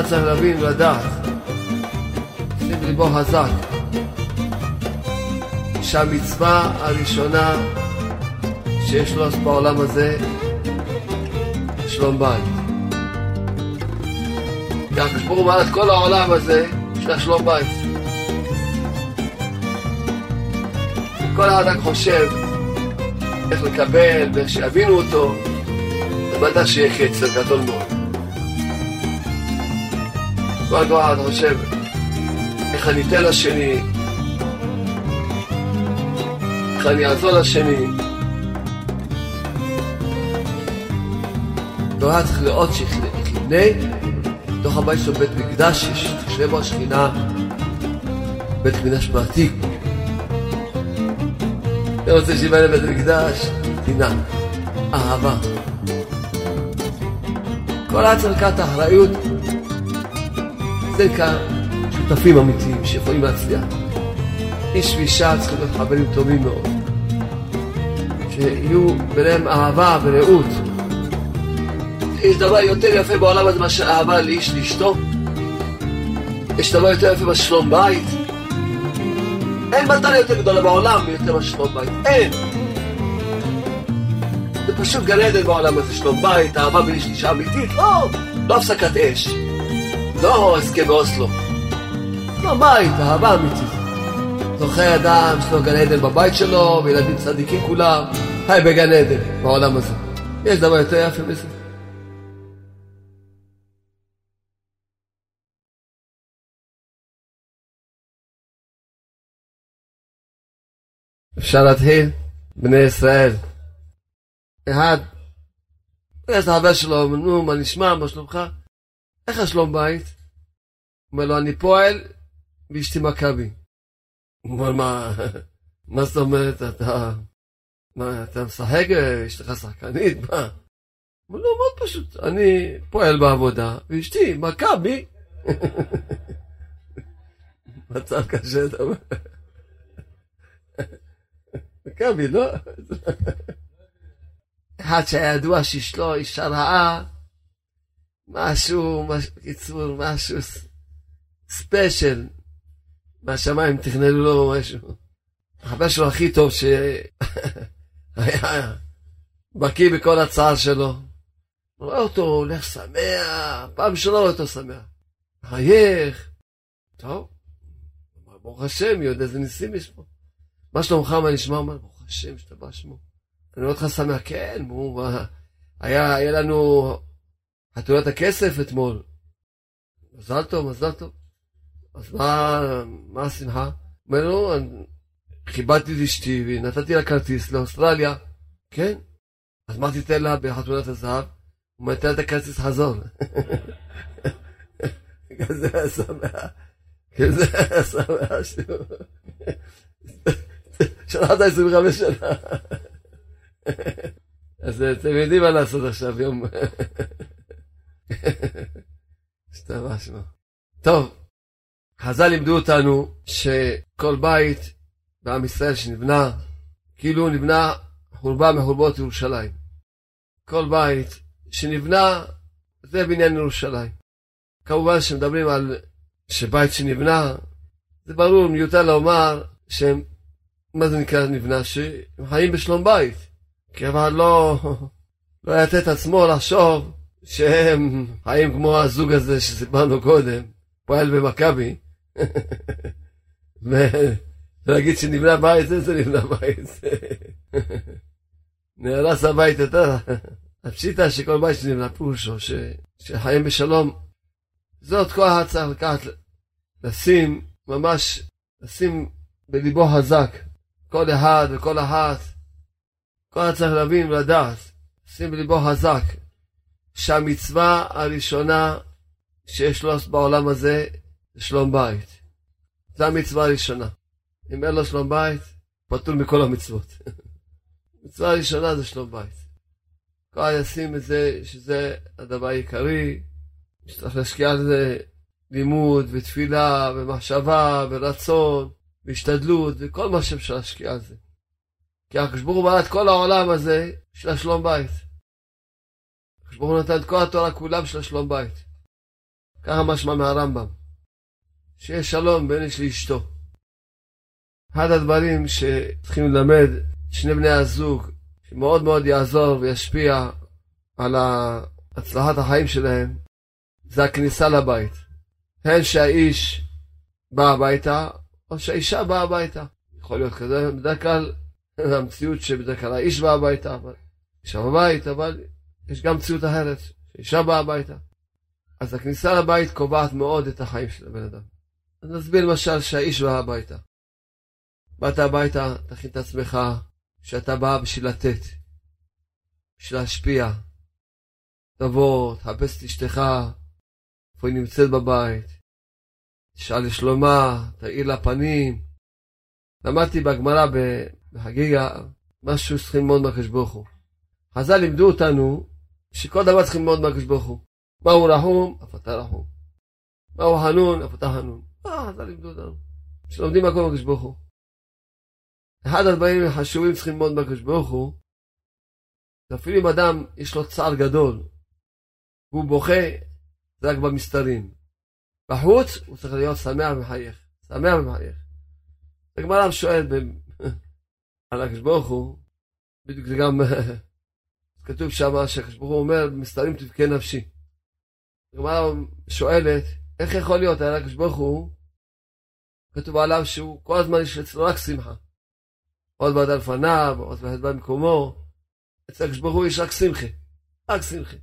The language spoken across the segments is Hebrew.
אחד צריך להבין ולדעת, שים בליבו חזק, שהמצווה הראשונה שיש לו בעולם הזה, שלום בית. כך כשבורו מעל את כל העולם הזה, יש לה שלום בית. כל האדם חושב איך לקבל ואיך שיבינו אותו, ובטח שיהיה קצר גדול מאוד. כל אחד חושב איך אני אתן לשני, איך אני אעזור לשני. תורה צריך לראות שכיבנה בתוך הבית שלו בית מקדש, שתשב בו השכינה, בית מקדש מעתיק. אני רוצה שיבא לבית מקדש, תינה, אהבה. כל הצלקת האחריות, זה כאן שותפים אמיתיים שיכולים להצליח. איש ואישה צריכים להיות חברים טובים מאוד, שיהיו ביניהם אהבה ורעות. יש דבר יותר יפה בעולם הזה מאשר אהבה לאיש לאשתו. יש דבר יותר יפה בשלום בית. אין מתנה יותר גדולה בעולם יותר בשלום בית, אין. זה פשוט גן עדן בעולם הזה, שלום בית, אהבה בין איש לאישה אמיתית. לא הפסקת אש, לא הסכם באוסלו, לא בית, אהבה אמיתית. זוכר אדם שלו גן עדן בבית שלו, וילדים צדיקים כולם, חי בגן עדן בעולם הזה. יש דבר יותר יפה בזה? אפשר להתחיל, בני ישראל. אחד, יש לחבר שלו, נו, מה נשמע, מה שלומך? איך השלום בית? הוא אומר לו, אני פועל ואשתי מכבי. הוא אומר, מה זאת אומרת, אתה משחק, אשתך שחקנית, מה? הוא אומר לו, מאוד פשוט, אני פועל בעבודה, ואשתי מכבי. מצב קשה, אתה אומר. מכבי, לא? אחד שהיה ידוע שיש לו אישה רעה, משהו, בקיצור, משהו ספיישל, מהשמיים תכננו לו משהו. החבר שלו הכי טוב שהיה בקיא בכל הצער שלו. הוא רואה אותו, הולך שמח, פעם שלא רואה אותו שמח. חייך. טוב, ברוך השם, יודע איזה ניסים יש פה. מה שלומך, מה נשמע? אומר, ברוך השם, שתבע שמו. אני רואה אותך שמח, כן, היה לנו חתונת הכסף אתמול. מזל טוב, מזל טוב. אז מה השמחה? אומר לו, חיבדתי את אשתי ונתתי לה כרטיס לאוסטרליה. כן? אז מה תיתן לה בחתונת הזהב? הוא אומר, תן לה את הכרטיס חזור. כזה היה שמח. כזה היה שמח שהוא. שלחת 25 שנה. אז אתם יודעים מה לעשות עכשיו, יום. שתבע שמו. טוב, חז"ל לימדו אותנו שכל בית בעם ישראל שנבנה, כאילו נבנה חורבה מחורבות ירושלים. כל בית שנבנה, זה בניין ירושלים. כמובן שמדברים על שבית שנבנה, זה ברור, מיותר לומר שהם, מה זה נקרא נבנה? שהם חיים בשלום בית. כי אבל לא יתת עצמו לחשוב שהם חיים כמו הזוג הזה שסיפרנו קודם, פועל במכבי, ולהגיד שנבנה בית, זה נבנה בית. נהרס הבית יותר. הפשיטה שכל בית שנבנה פושו, שחיים בשלום, זאת כל אחד צריך לקחת, לשים, ממש, לשים בליבו חזק, כל אחד וכל אחת, כל אחד צריך להבין ולדעת, לשים בליבו חזק, שהמצווה הראשונה שיש לו בעולם הזה, זה שלום בית. זו המצווה הראשונה. אם אין לו שלום בית, פטור מכל המצוות. המצווה הראשונה זה שלום בית. כל אחד ישים את זה, שזה הדבר העיקרי, שצריך להשקיע על זה לימוד ותפילה ומחשבה ורצון והשתדלות וכל מה שאפשר להשקיע על זה. כי הקדוש ברוך הוא ברא את כל העולם הזה של השלום בית. הקדוש ברוך הוא נתן את כל התורה כולם של השלום בית. ככה משמע מהרמב"ם. שיהיה שלום בין איש לאשתו. אחד הדברים שצריכים ללמד שני בני הזוג, שמאוד מאוד יעזור וישפיע על הצלחת החיים שלהם, זה הכניסה לבית. הן שהאיש בא הביתה, או שהאישה באה הביתה. יכול להיות כזה, בדרך כלל, המציאות שבדרך כלל האיש בא הביתה, אבל אישה בבית, אבל יש גם מציאות אחרת, שאישה באה הביתה. אז הכניסה לבית קובעת מאוד את החיים של הבן אדם. אז נסביר למשל שהאיש בא הביתה. באת הביתה, תכין את עצמך, שאתה בא בשביל לתת, בשביל להשפיע. תבוא, תחפש את אשתך, איפה היא נמצאת בבית, תשאל לשלומה, תאיר לה פנים. למדתי בגמרא בחגיגה, משהו צריכים ללמוד מהקדוש ברוך הוא. חז"ל לימדו אותנו שכל דבר צריכים ללמוד מהקדוש ברוך הוא. מהו רחום? אף אתה רחום. מהו חנון? אף אתה חנון. חז"ל לימדו אותנו שלומדים הכל מהקדוש ברוך הוא. אחד הדברים החשובים צריכים ללמוד מהקדוש ברוך הוא, אפילו אם אדם יש לו צער גדול והוא בוכה, זה רק במסתרים. בחוץ הוא צריך להיות שמח ומחייך. שמח ומחייך. הגמרא שואל על הקדוש ברוך הוא, בדיוק זה גם כתוב שם שהקדוש ברוך הוא אומר, במסתרים תבכה נפשי. הגמרא שואלת, איך יכול להיות על הקדוש ברוך הוא, כתוב עליו שהוא כל הזמן יש אצלו רק שמחה. עוד בעד לפניו, עוד בעד במקומו. אצל הקדוש ברוך הוא יש רק שמחה. רק שמחה.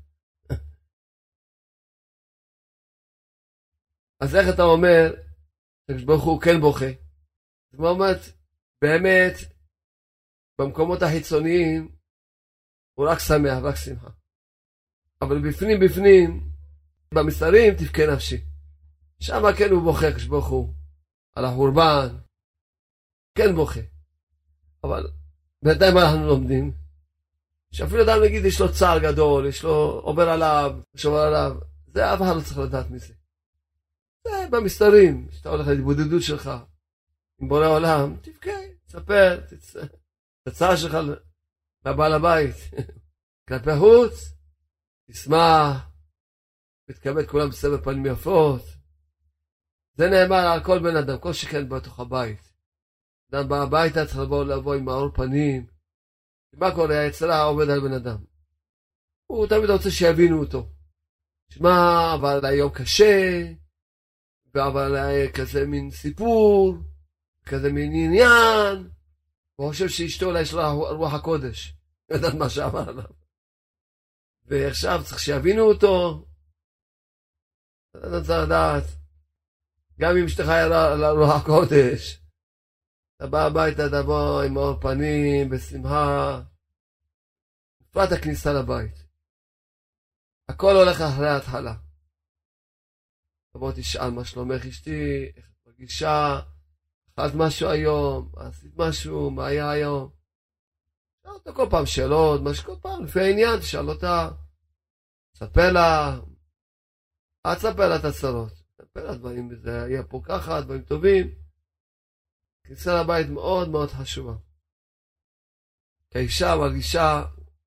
אז איך אתה אומר, הקדוש ברוך הוא כן בוכה? זאת אומרת, באמת, במקומות החיצוניים, הוא רק שמח, רק שמחה. אבל בפנים, במסתרים תבכה נפשי. שם כן הוא בוכה, הקדוש ברוך הוא, על החורבן, כן בוכה. אבל בינתיים אנחנו לומדים, שאפילו אדם נגיד יש לו צער גדול, יש לו עובר עליו, שובר עליו, זה אף אחד לא צריך לדעת מזה. זה במסתרים, שאתה הולך להתבודדות שלך, עם בורא עולם, תבכה, תספר, תצאה שלך לבעל הבית, כלפי חוץ, תשמח, ותקבל כולם בסבר פנים יפות. זה נאמר על כל בן אדם, כל שכן בתוך הבית. אדם בא הביתה, צריך לבוא עם מאור פנים. מה קורה? היצרה עובד על בן אדם. הוא תמיד רוצה שיבינו אותו. שמע, אבל היום קשה, אבל כזה מין סיפור, כזה מין עניין. הוא חושב שאשתו אולי יש לה רוח הקודש. יודעת מה שאמר עליו. ועכשיו צריך שיבינו אותו. אתה צריך לדעת. גם אם אשתך היה לה רוח הקודש. אתה בא הביתה, תבוא עם מאור פנים, בשמחה. בפרט הכניסה לבית. הכל הולך אחרי ההתחלה. תבוא תשאל מה שלומך אשתי, איך את מרגישה, אכלת משהו היום, עשית משהו, מה היה היום. תשאל אותה כל פעם שאלות, מה שכל פעם, לפי העניין, תשאל אותה. תספר לה, אל תספר לה את הצרות. תספר לה דברים בזה, יהיה פה ככה, דברים טובים. כניסה לבית מאוד מאוד חשובה. כי האישה מרגישה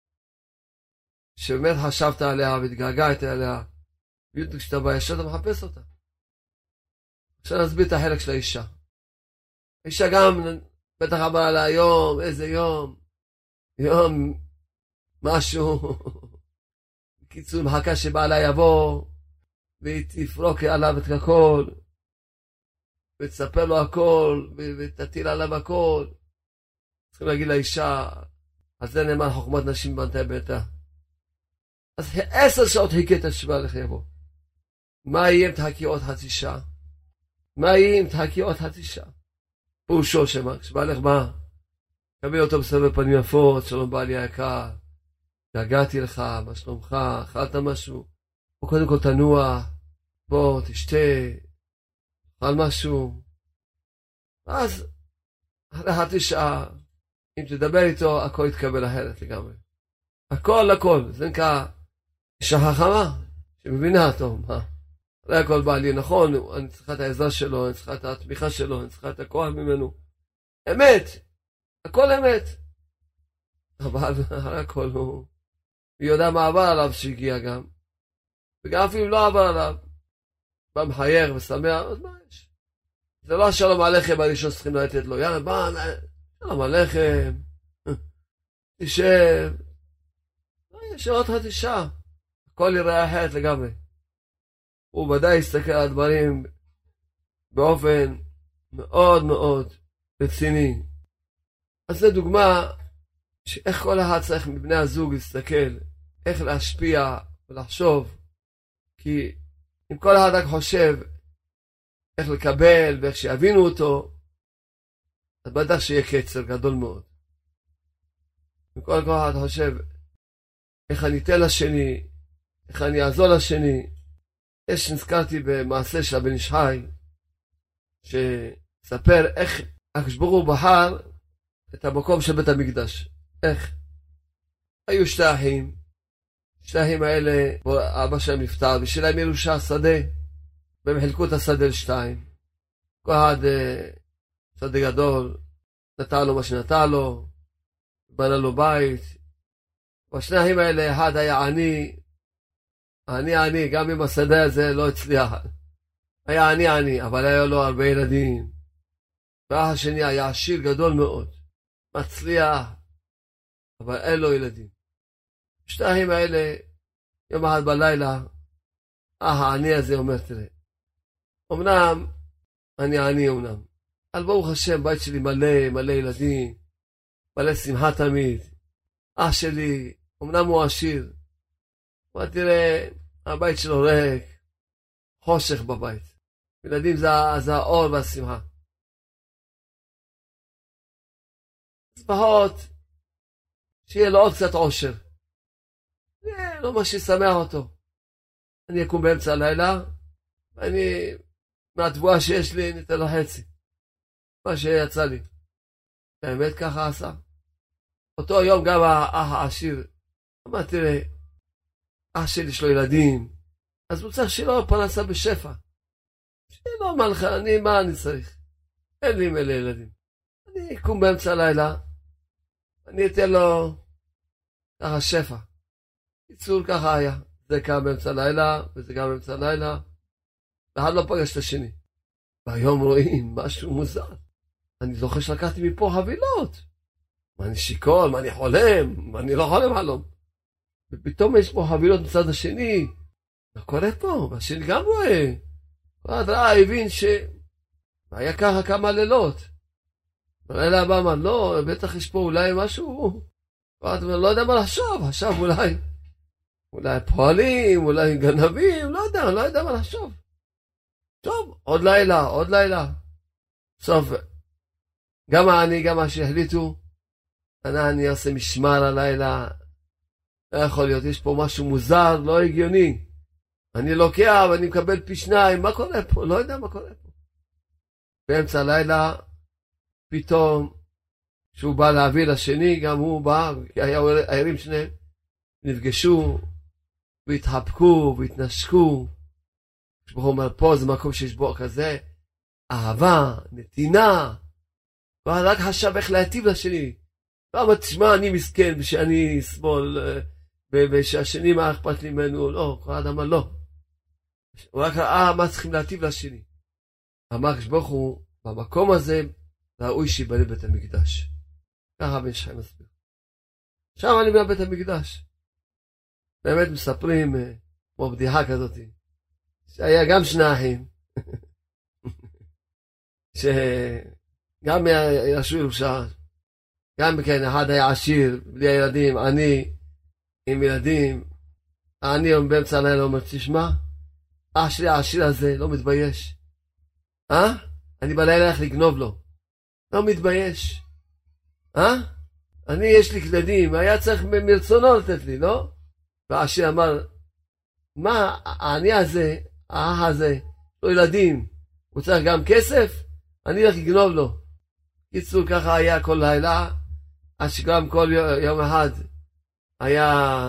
שבאמת חשבת עליה והתגעגעת עליה, בדיוק כשאתה בא ישר אתה מחפש אותה. עכשיו נסביר את החלק של האישה. האישה גם בטח אמרה לה יום, איזה יום, יום משהו, בקיצור מחכה שבעלה יבוא והיא תפרוק עליו את הכל ותספר לו הכל ותטיל עליו הכל. צריכים להגיד לאישה, אז זה נאמר חוכמת נשים בנתה ביתה. אז 10 שעות חיכית שבעלך יבוא. מה יהיה אם תחכי עוד חצי שעה? מה יהיה אם תחכי עוד חצי שעה? פירושו שמה, כשבעלך בא, קבל אותו בסבר פנים יפות, שלום בעלי היקר, התגעגעתי לך, מה שלומך, אכלת משהו, או קודם כל תנוח, בוא תשתה, אכל משהו. אז אחרי חצי שעה, אם תדבר איתו, הכל יתקבל אחרת לגמרי. הכל, זה נקרא אישה חכמה, שמבינה אותו, מה? הרי הכל בעלי, נכון, אני צריכה את העזרה שלו, אני צריכה את התמיכה שלו, אני צריכה את הכוח ממנו. אמת, הכל אמת. אבל הרי הכל הוא יודע מה עבר עליו שהגיע גם, וגם אפילו לא עבר עליו. בא מחייך ושמח, אז מה יש? זה לא השלום עליכם הראשון שצריכים לתת לו, יאללה, בא, שלום עליכם, תשב, יש עוד חתישה, הכל יראה אחרת לגמרי. הוא ודאי יסתכל על הדברים באופן מאוד מאוד רציני. אז זו דוגמה שאיך כל אחד צריך מבני הזוג להסתכל, איך להשפיע ולחשוב, כי אם כל אחד רק חושב איך לקבל ואיך שיבינו אותו, אז בטח שיהיה קצר גדול מאוד. אם כל אחד חושב איך אני אתן לשני, איך אני אעזור לשני, נזכרתי במעשה של הבן איש חי, שספר איך הקדוש ברוך הוא בחר את המקום של בית המקדש. איך? היו שתי אחים, שתי האחים האלה, אבא שלהם נפטר, ושלהם ירושה שדה, והם חילקו את השדה לשתיים. כל אחד שדה גדול, נתן לו מה שנתן לו, בנה לו בית. והשני האחים האלה, אחד היה עני, גם אם השדה הזה לא הצליח. היה עני, אבל היה לו הרבה ילדים. והאח השני היה עשיר גדול מאוד, מצליח, אבל אין לו ילדים. שתי האחים האלה, יום אחד בלילה, העני הזה אומר, תראה, אמנם, אני עני אמנם, אבל ברוך השם, בית שלי מלא ילדים, מלא שמחה תמיד. אח שלי, אמנם הוא עשיר, אבל תראה, הבית שלו ריק, חושך בבית. ילדים זה האור והשמחה. אז פחות, שיהיה לו עוד קצת עושר. זה לא מה שישמח אותו. אני אקום באמצע הלילה, ואני, מהתבואה שיש לי, ניתן לו חצי. מה שיצא לי. באמת ככה עשה. אותו יום גם האח העשיר, אמר, תראה, אח שלי יש לו ילדים, אז הוא צריך שיהיה לו פרנסה בשפע. שיהיה לו מלכה, מה אני צריך? אין לי מלא ילדים. אני אקום באמצע הלילה, אני אתן לו ככה שפע. קיצור ככה היה. זה קם באמצע הלילה, וזה גם באמצע הלילה, ואחד לא פגש את השני. והיום רואים משהו מוזר. אני זוכר שלקחתי מפה חבילות. מה אני שיקול, מה אני חולם, מה אני לא חולם חלום. ופתאום יש פה חבילות מצד השני. מה קורה פה? והשני גם רואה. ועד ראה, הבין היה ככה כמה לילות. בלילה הבא אמר, לא, בטח יש פה אולי משהו. ועד אומר, לא יודע מה לחשוב, עכשיו אולי פועלים, אולי גנבים, לא יודע מה לחשוב. טוב, עוד לילה. סוף, גם מה שהחליטו, אני אעשה משמר הלילה, לא יכול להיות, יש פה משהו מוזר, לא הגיוני. אני לוקח ואני מקבל פי שניים, מה קורה פה? לא יודע מה קורה פה. באמצע הלילה, פתאום, שהוא בא להביא לשני, גם הוא בא, כי הערים שניהם נפגשו, והתחבקו, והתנשקו. כשברוך אומר, פה זה מקום שיש בו כזה, אהבה, נתינה, ורק חשב איך להטיב לשני. למה תשמע, אני מסכן, ושאני שמאל, ושהשני מה אכפת לי ממנו, לא, כל אדם אמר לא. הוא רק ראה מה צריכים להטיב לשני. אמר כשברוך הוא, במקום הזה, ראוי שיבנה בית המקדש. ככה בן שחי מסביר. שם אני בנה בית המקדש. באמת מספרים, כמו בדיחה כזאת, שהיה גם שני אחים, שגם ירשו ירושה, גם כן אחד היה עשיר, בלי הילדים, עני, עם ילדים, העני באמצע הלילה אומר, תשמע, אח שלי העשיר הזה לא מתבייש. אני בלילה איך לגנוב לו. לא מתבייש. אני יש לי ילדים, היה צריך מרצונו לתת לי, לא? והעשיר אמר, מה, העני הזה, האח הזה, לא ילדים, הוא צריך גם כסף? אני הולך לגנוב לו. קיצור, ככה היה כל לילה, עד שגם כל יום אחד היה,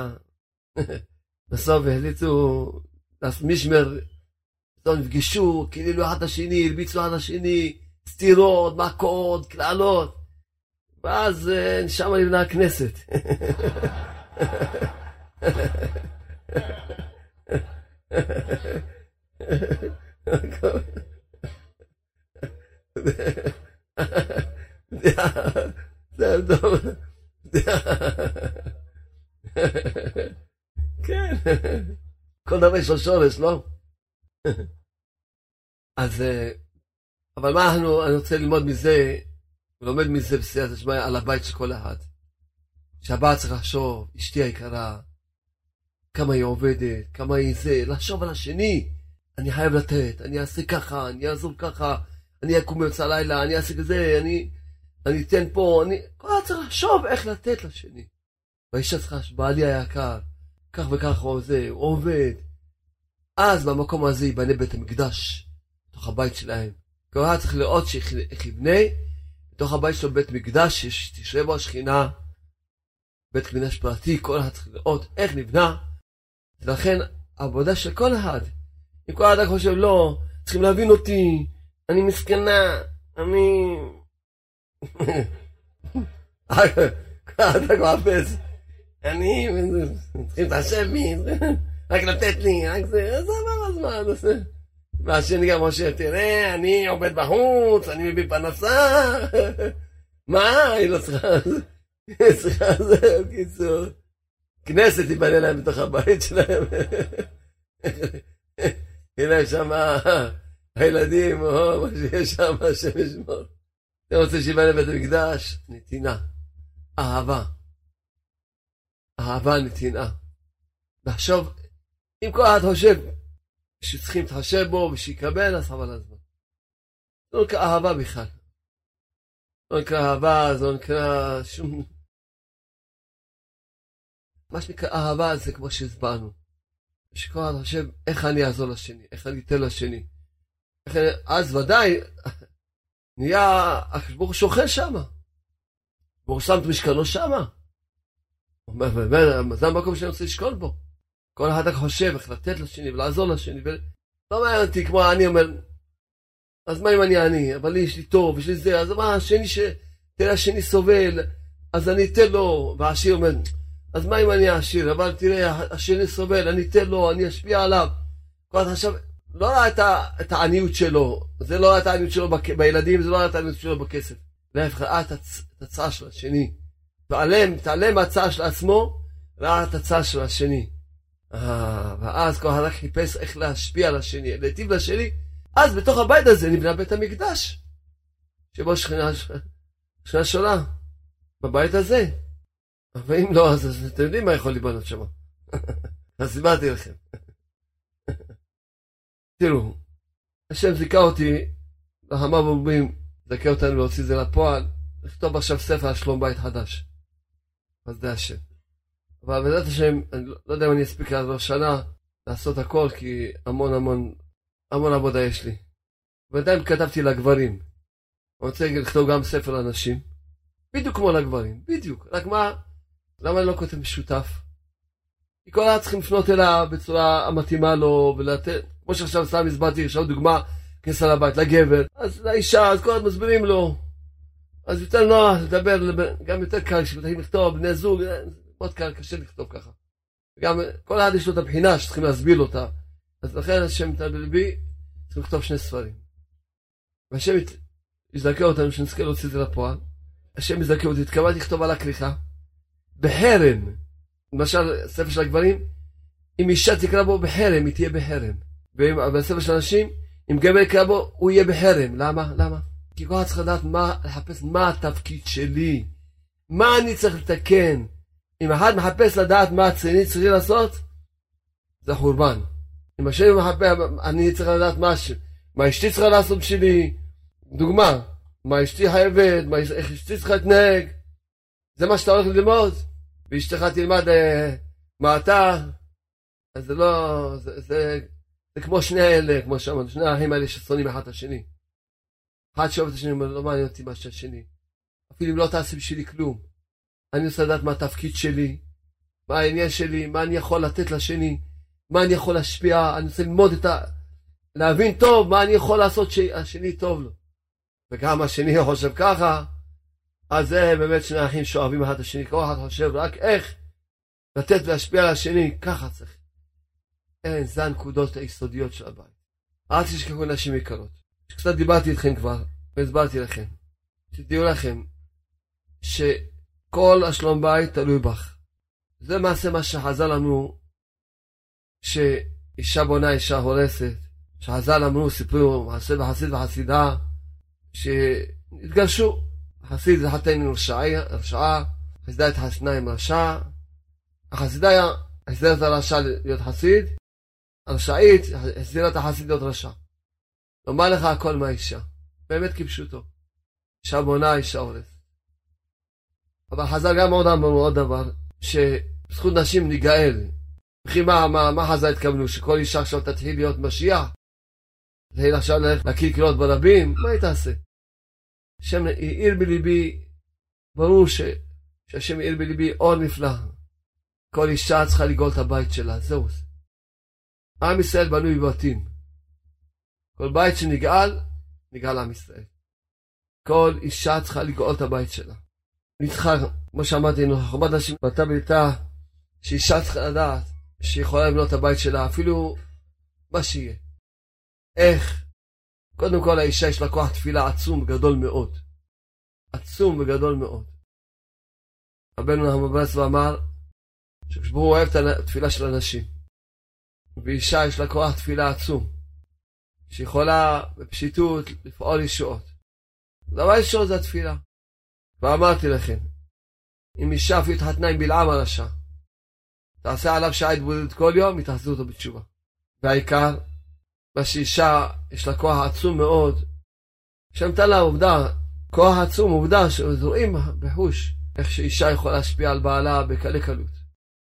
בסוף החליטו לעשות משמר, נפגשו, כאילו אחד השני, הרביצו אחד השני, סתירות, מכות, קללות, ואז שם נבנה הכנסת. זה טוב. כן. כל דבר יש לו שורש, לא? אז, אבל מה אני רוצה ללמוד מזה, ולומד מזה בסייעתא דשמיא על הבית של כל אחד. שהבא צריך לחשוב, אשתי היקרה, כמה היא עובדת, כמה היא זה, לחשוב על השני. אני חייב לתת, אני אעשה ככה, אני אעזור ככה, אני אקום באמצע הלילה, אני אעשה כזה, אני אתן פה, כל אחד צריך לחשוב איך לתת לשני. והאישה צריכה, בעלי היקר, כך וכך הוא עובד. אז במקום הזה ייבנה בית המקדש, בתוך הבית שלהם. כל אחד צריך לראות איך יבנה, בתוך הבית שלו בית מקדש, שתשרה בו השכינה, בית מקדש פרטי, כל אחד צריך לראות איך נבנה. ולכן העבודה של כל אחד, אם כל אחד חושב, לא, צריכים להבין אותי, אני מסכנה, אני... כל אחד מחפש, אני, צריכים להתחשב בי, רק לתת לי, רק זה, אז עבר הזמן, והשני גם חושב, תראה, אני עובד בחוץ, אני מביא פרנסה, מה, היא לא צריכה זה, בקיצור, כנסת תיבנה להם בתוך הבית שלהם, הנה שם הילדים, או מה שיש שם, השם ישמור. אתה רוצה שיבנה בית המקדש? נתינה, אהבה נתינה. לחשוב, אם כל אחד חושב שצריכים להתחשב בו ושיקבל, אז חבל הזמן. זה לא נקרא אהבה בכלל. לא נקרא אהבה, זה לא נקרא שום... מה שנקרא אהבה זה כמו שהסברנו. שכל אחד חושב איך אני אעזור לשני, איך אני אתן לשני. אז ודאי נהיה, ברוך שוכן שמה. ברוך שם את משכנו שמה. זה המקום שאני רוצה לשכון בו. כל אחד חושב איך לתת לשני ולעזור לשני. לא מעניין אותי כמו אני אומר, אז מה אם אני? אבל לי יש לי טוב, יש לי זה, אז מה השני תראה השני סובל, אז אני אתן לו, והעשיר אומר, אז מה אם אני עשיר, אבל תראה השני סובל, אני אתן לו, אני אשפיע עליו. כל אחד חשב, לא ראה את העניות שלו, זה לא ראה את העניות שלו בילדים, זה לא ראה את העניות שלו בכסף. להפך, ראה את הצעה של השני. תעלם מהצעה של עצמו, ראה את הצעה של השני. ואז כל אחד חיפש איך להשפיע על השני, להיטיב לשני, אז בתוך הבית הזה נבנה בית המקדש, שבו שכינה שולה, בבית הזה. ואם לא, אז אתם יודעים מה יכול להיבנות שם. אז סיברתי לכם. תראו, השם זיכה אותי, לחמה ברובים, זכה אותנו להוציא זה לפועל, לכתוב עכשיו ספר על שלום בית חדש. אז זה השם. אבל בעזרת השם, אני לא יודע אם אני אספיק לעזור שנה, לעשות הכל, כי המון עבודה יש לי. ועדיין כתבתי לגברים. אני רוצה לכתוב גם ספר לאנשים. בדיוק כמו לגברים, בדיוק. רק מה, למה אני לא כותב משותף? כי כל אחד צריכים לפנות אליו בצורה המתאימה לו, ולתת, כמו שעכשיו סתם הסברתי, עכשיו דוגמה, כניסה לבית, לגבר, אז לאישה, אז כל אחד מסבירים לו. אז יותר נוח לדבר, גם יותר קל, כשמתחילים לכתוב, בני זוג, מאוד קל, קשה לכתוב ככה. וגם כל אחד יש לו את הבחינה שצריכים להסביר אותה. אז לכן השם נתן בלבי, צריכים לכתוב 2 ספרים. והשם יזכה אותנו שנזכה להוציא את זה לפועל. השם יזכה אותי, התכוונתי לכתוב על הכריכה. בחרם. למשל, ספר של הגברים, אם אישה תקרא בו בחרם, היא תהיה בחרם. ובספר של אנשים, אם גבר יקרא בו, הוא יהיה בחרם. למה? כי כל אחד צריך לדעת לחפש מה התפקיד שלי. מה אני צריך לתקן. אם אחד מחפש לדעת מה אני צריך לעשות, זה חורבן. אם השני מחפש, אני צריך לדעת מה אשתי צריכה לעשות בשבילי. דוגמה, מה אשתי חייבת, איך אשתי צריכה להתנהג. זה מה שאתה הולך ללמוד. ואשתך תלמד מה אתה. אז זה לא, זה כמו שני האלה, כמו שאמרנו, שני האחים האלה ששונאים אחד את השני. אחד שאוהב את השני, אומר, לא מעניין אותי מה שהשני. אפילו אם לא תעשה בשבילי כלום. אני רוצה לדעת מה התפקיד שלי, מה העניין שלי, מה אני יכול לתת לשני, מה אני יכול להשפיע, אני רוצה ללמוד להבין טוב מה אני יכול לעשות שהשני טוב לו. וגם השני חושב ככה, אז זה באמת שני האחים שאוהבים אחד את השני, כל אחד חושב רק איך לתת ולהשפיע על השני, ככה צריך. אין, זה הנקודות היסודיות של הבית. אל תשכחו נשים יקרות. שקצת דיברתי איתכם כבר, והסברתי לכם. שתדעו לכם, שכל השלום בית תלוי בך. זה מעשה מה שחז"ל אמרו, שאישה בונה אישה הורסת. שחז"ל אמרו, סיפרו, מעשה בחסיד וחסידה, שהתגרשו. החסיד זה חתן עם רשעה, החסידה התחתנה עם רשע. החסידה החזירה את הרשע להיות חסיד, הרשעית החזירה את החסיד להיות רשע. לומר לך הכל מהאישה, באמת כפשוטו. אישה בונה, אישה הורסת. אבל חז"ל גם עוד אמרו עוד דבר, שזכות נשים ניגאל. וכי מה חז"ל התכוונו? שכל אישה עכשיו תתחיל להיות משיח? תתחיל עכשיו להקיא קריאות ברבים? מה היא תעשה? השם העיר בליבי, ברור שהשם העיר בליבי אור נפלא. כל אישה צריכה לגאול את הבית שלה, זהו זה. עם ישראל בנוי בבתים. כל בית שנגאל, נגאל עם ישראל. כל אישה צריכה לגאול את הבית שלה. נצחה, כמו שאמרתי, חובת נשים בתה בליטה, שאישה צריכה לדעת שהיא יכולה לבנות את הבית שלה, אפילו מה שיהיה. איך? קודם כל האישה יש לה כוח תפילה עצום וגדול מאוד. עצום וגדול מאוד. רבנו נחמן מברסלב אמר, שכשהוא אוהב את התפילה של הנשים. ואישה יש לה כוח תפילה עצום. שיכולה בפשיטות לפעול ישועות. דבר ישועות זה התפילה. ואמרתי לכם, אם אישה אפילו התחתנה עם בלעם הרשע, תעשה עליו שעה התבודדות כל יום, היא תחזיר אותו בתשובה. והעיקר, מה שאישה יש לה כוח עצום מאוד, שמתן לה עובדה, כוח עצום עובדה שזרועים בחוש, איך שאישה יכולה להשפיע על בעלה בקלי קלות.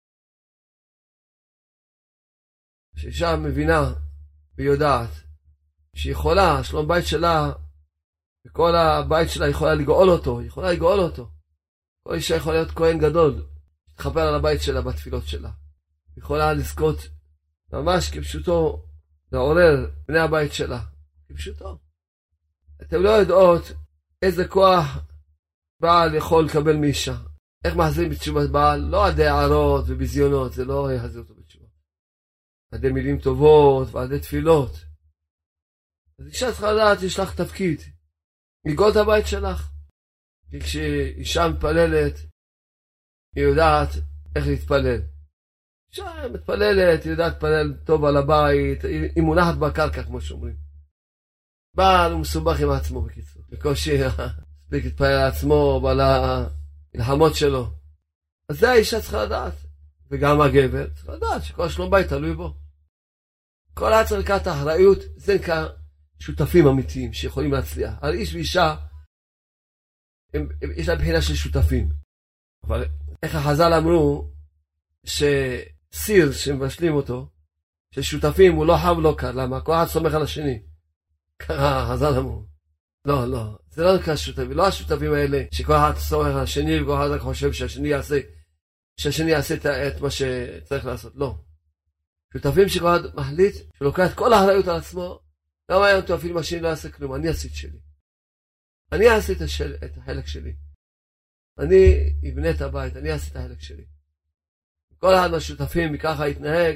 שאישה מבינה ויודעת שהיא יכולה, שלום בית שלה, וכל הבית שלה יכולה לגאול אותו, היא יכולה לגאול אותו. כל אישה יכולה להיות כהן גדול, להתחבר על הבית שלה בתפילות שלה. היא יכולה לזכות ממש כפשוטו, לעורר בני הבית שלה, כפשוטו. אתם לא יודעות איזה כוח בעל יכול לקבל מאישה. איך מחזירים בתשובת בעל? לא על ידי הערות ובזיונות, זה לא יחזיר אותו בתשובה. על ידי מילים טובות ועל ידי תפילות. אז אישה צריכה לדעת, יש לך תפקיד. לגאול את הבית שלך. כי כשאישה מתפללת, היא יודעת איך להתפלל. אישה מתפללת, היא יודעת להתפלל טוב על הבית, היא מונחת בקרקע כמו שאומרים. בעל הוא מסובך עם עצמו בקיצור. בקושי מספיק להתפלל על עצמו ועל המלחמות שלו. אז זה האישה צריכה לדעת. וגם הגבר צריכה לדעת שכל שלום בית תלוי בו. כל הצלקת האחריות זה נקרא שותפים אמיתיים שיכולים להצליח. על איש ואישה יש לה בחינה של שותפים. אבל איך החז"ל אמרו שסיר שמבשלים אותו, ששותפים הוא לא חם ולא קר. למה? כל אחד סומך על השני. ככה החז"ל אמרו. לא. זה לא נקרא שותפים. לא השותפים האלה שכל אחד סומך על השני וכל אחד חושב שהשני יעשה את מה שצריך לעשות. לא. שותפים שכל אחד מחליט שלוקח את כל האחריות על עצמו. לא מעניין אותו אפילו מה שאני לא אעשה כלום. אני אעשה את שלי. אני אעשה את החלק שלי. אני אבנה את הבית. אני אעשה את החלק שלי. כל אחד מהשותפים מככה יתנהג.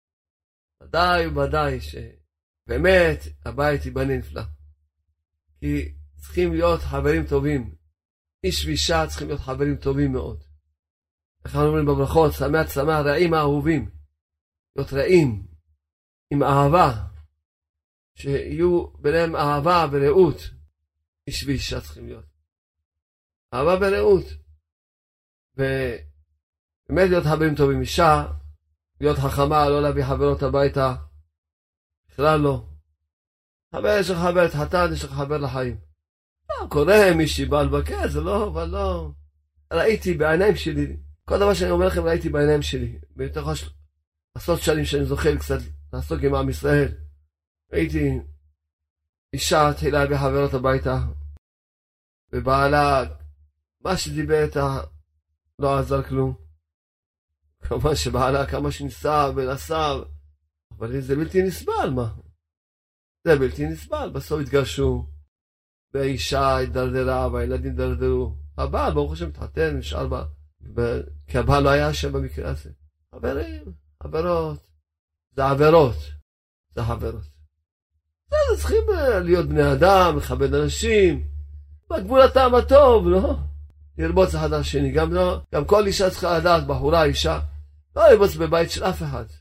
ודאי שבאמת הבית ייבנה נפלא. כי צריכים להיות חברים טובים. איש ואישה צריכים להיות חברים טובים מאוד. איך אנחנו אומרים בברכות, שמח רעים האהובים. להיות רעים עם אהבה. שיהיו ביניהם אהבה ורעות. איש ואישה צריכים להיות. אהבה ורעות. ובאמת להיות חברים טובים. אישה, להיות חכמה, לא להביא חברות הביתה. בכלל לא. חבר, יש לך חבר את חתן, יש לך חבר לחיים. לא, קורה מישהי בא לבקר, זה לא, אבל לא. ראיתי בעיניים שלי. כל דבר שאני אומר לכם ראיתי בעיניים שלי. בתוך עשרות שנים שאני זוכה קצת לעסוק עם עם ישראל. ראיתי אישה תחילה להביא חברות הביתה. ובעלה, מה שדיבר איתה, לא עזר כלום. כמה שבעלה, כמה שניסה ונסה. אבל זה בלתי נסבל, מה? זה בלתי נסבל. בסוף התגרשו. והאישה התדרדרה, והילדים התדרדרו. הבעל, ברוך השם, מתחתן, נשאר בה. כי הבעל לא היה שם במקרה הזה. חברים, חברות. זה עבירות. זה חברות. צריכים להיות בני אדם, לכבד אנשים, בגבול הטעם הטוב, לא? לרבוץ אחד על השני, גם כל אישה צריכה לדעת, בחורה, אישה, לא לרבוץ בבית של אף אחד.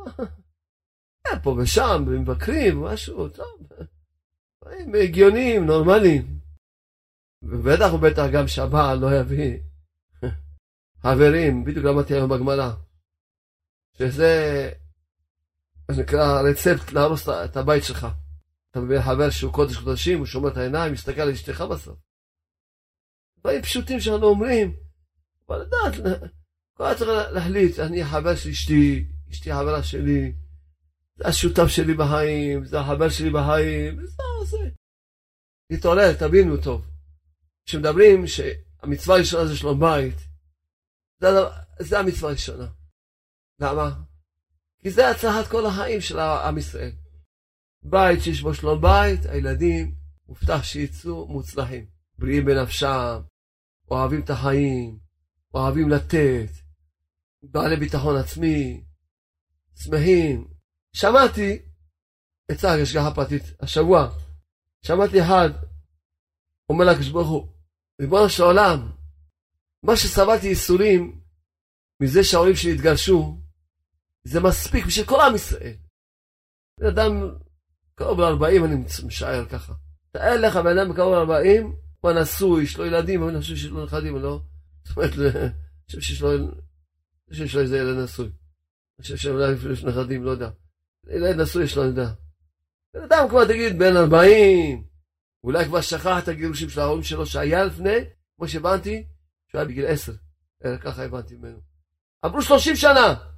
פה ושם, מבקרים, משהו, טוב. דברים הגיוניים, נורמליים. ובטח ובטח גם שהבעל לא יביא חברים, בדיוק למדתי היום בגמרא, שזה מה שנקרא רצפט להרוס את הבית שלך. אתה מביא חבר שהוא קודש קודשים, הוא שומר את העיניים, מסתכל על אשתך בסוף. דברים פשוטים שאנחנו אומרים, אבל לדעת, כל צריך להחליט, אני החבר של אשתי, אשתי החברה שלי, זה השותף שלי בחיים, זה החבר שלי בחיים, וזה. להתעורר, תבינו טוב. כשמדברים שהמצווה הראשונה זה שלום בית, זה המצווה הראשונה. למה? כי זה הצלחת כל החיים של עם ישראל. בית שיש בו שלום בית, הילדים מובטח שיצאו מוצלחים. בריאים בנפשם, אוהבים את החיים, אוהבים לתת, בעלי ביטחון עצמי, שמחים. שמעתי, יצא השגחה פרטית, השבוע, שמעתי אחד, אומר לקדוש ברוך הוא, ריבונו של עולם, מה שסבלתי ייסורים, מזה שההורים שלי התגרשו, זה מספיק בשביל כל עם ישראל. בן אדם קרוב ל-40, אני משער ככה. תאר לך, בן אדם קרוב ל-40, הוא נשוי, יש לו ילדים, אבל אני חושב שיש לו נכדים, לא? זאת אומרת, אני חושב שיש לו איזה ילד נשוי. אני חושב שאולי יש נכדים, לא יודע. ילד נשוי יש לו, אני יודע. בן אדם כבר תגיד, בן 40, אולי כבר שכח את הגירושים של ההורים שלו שהיה לפני, כמו שהבנתי, שהוא היה בגיל 10. ככה הבנתי ממנו. עברו 30 שנה.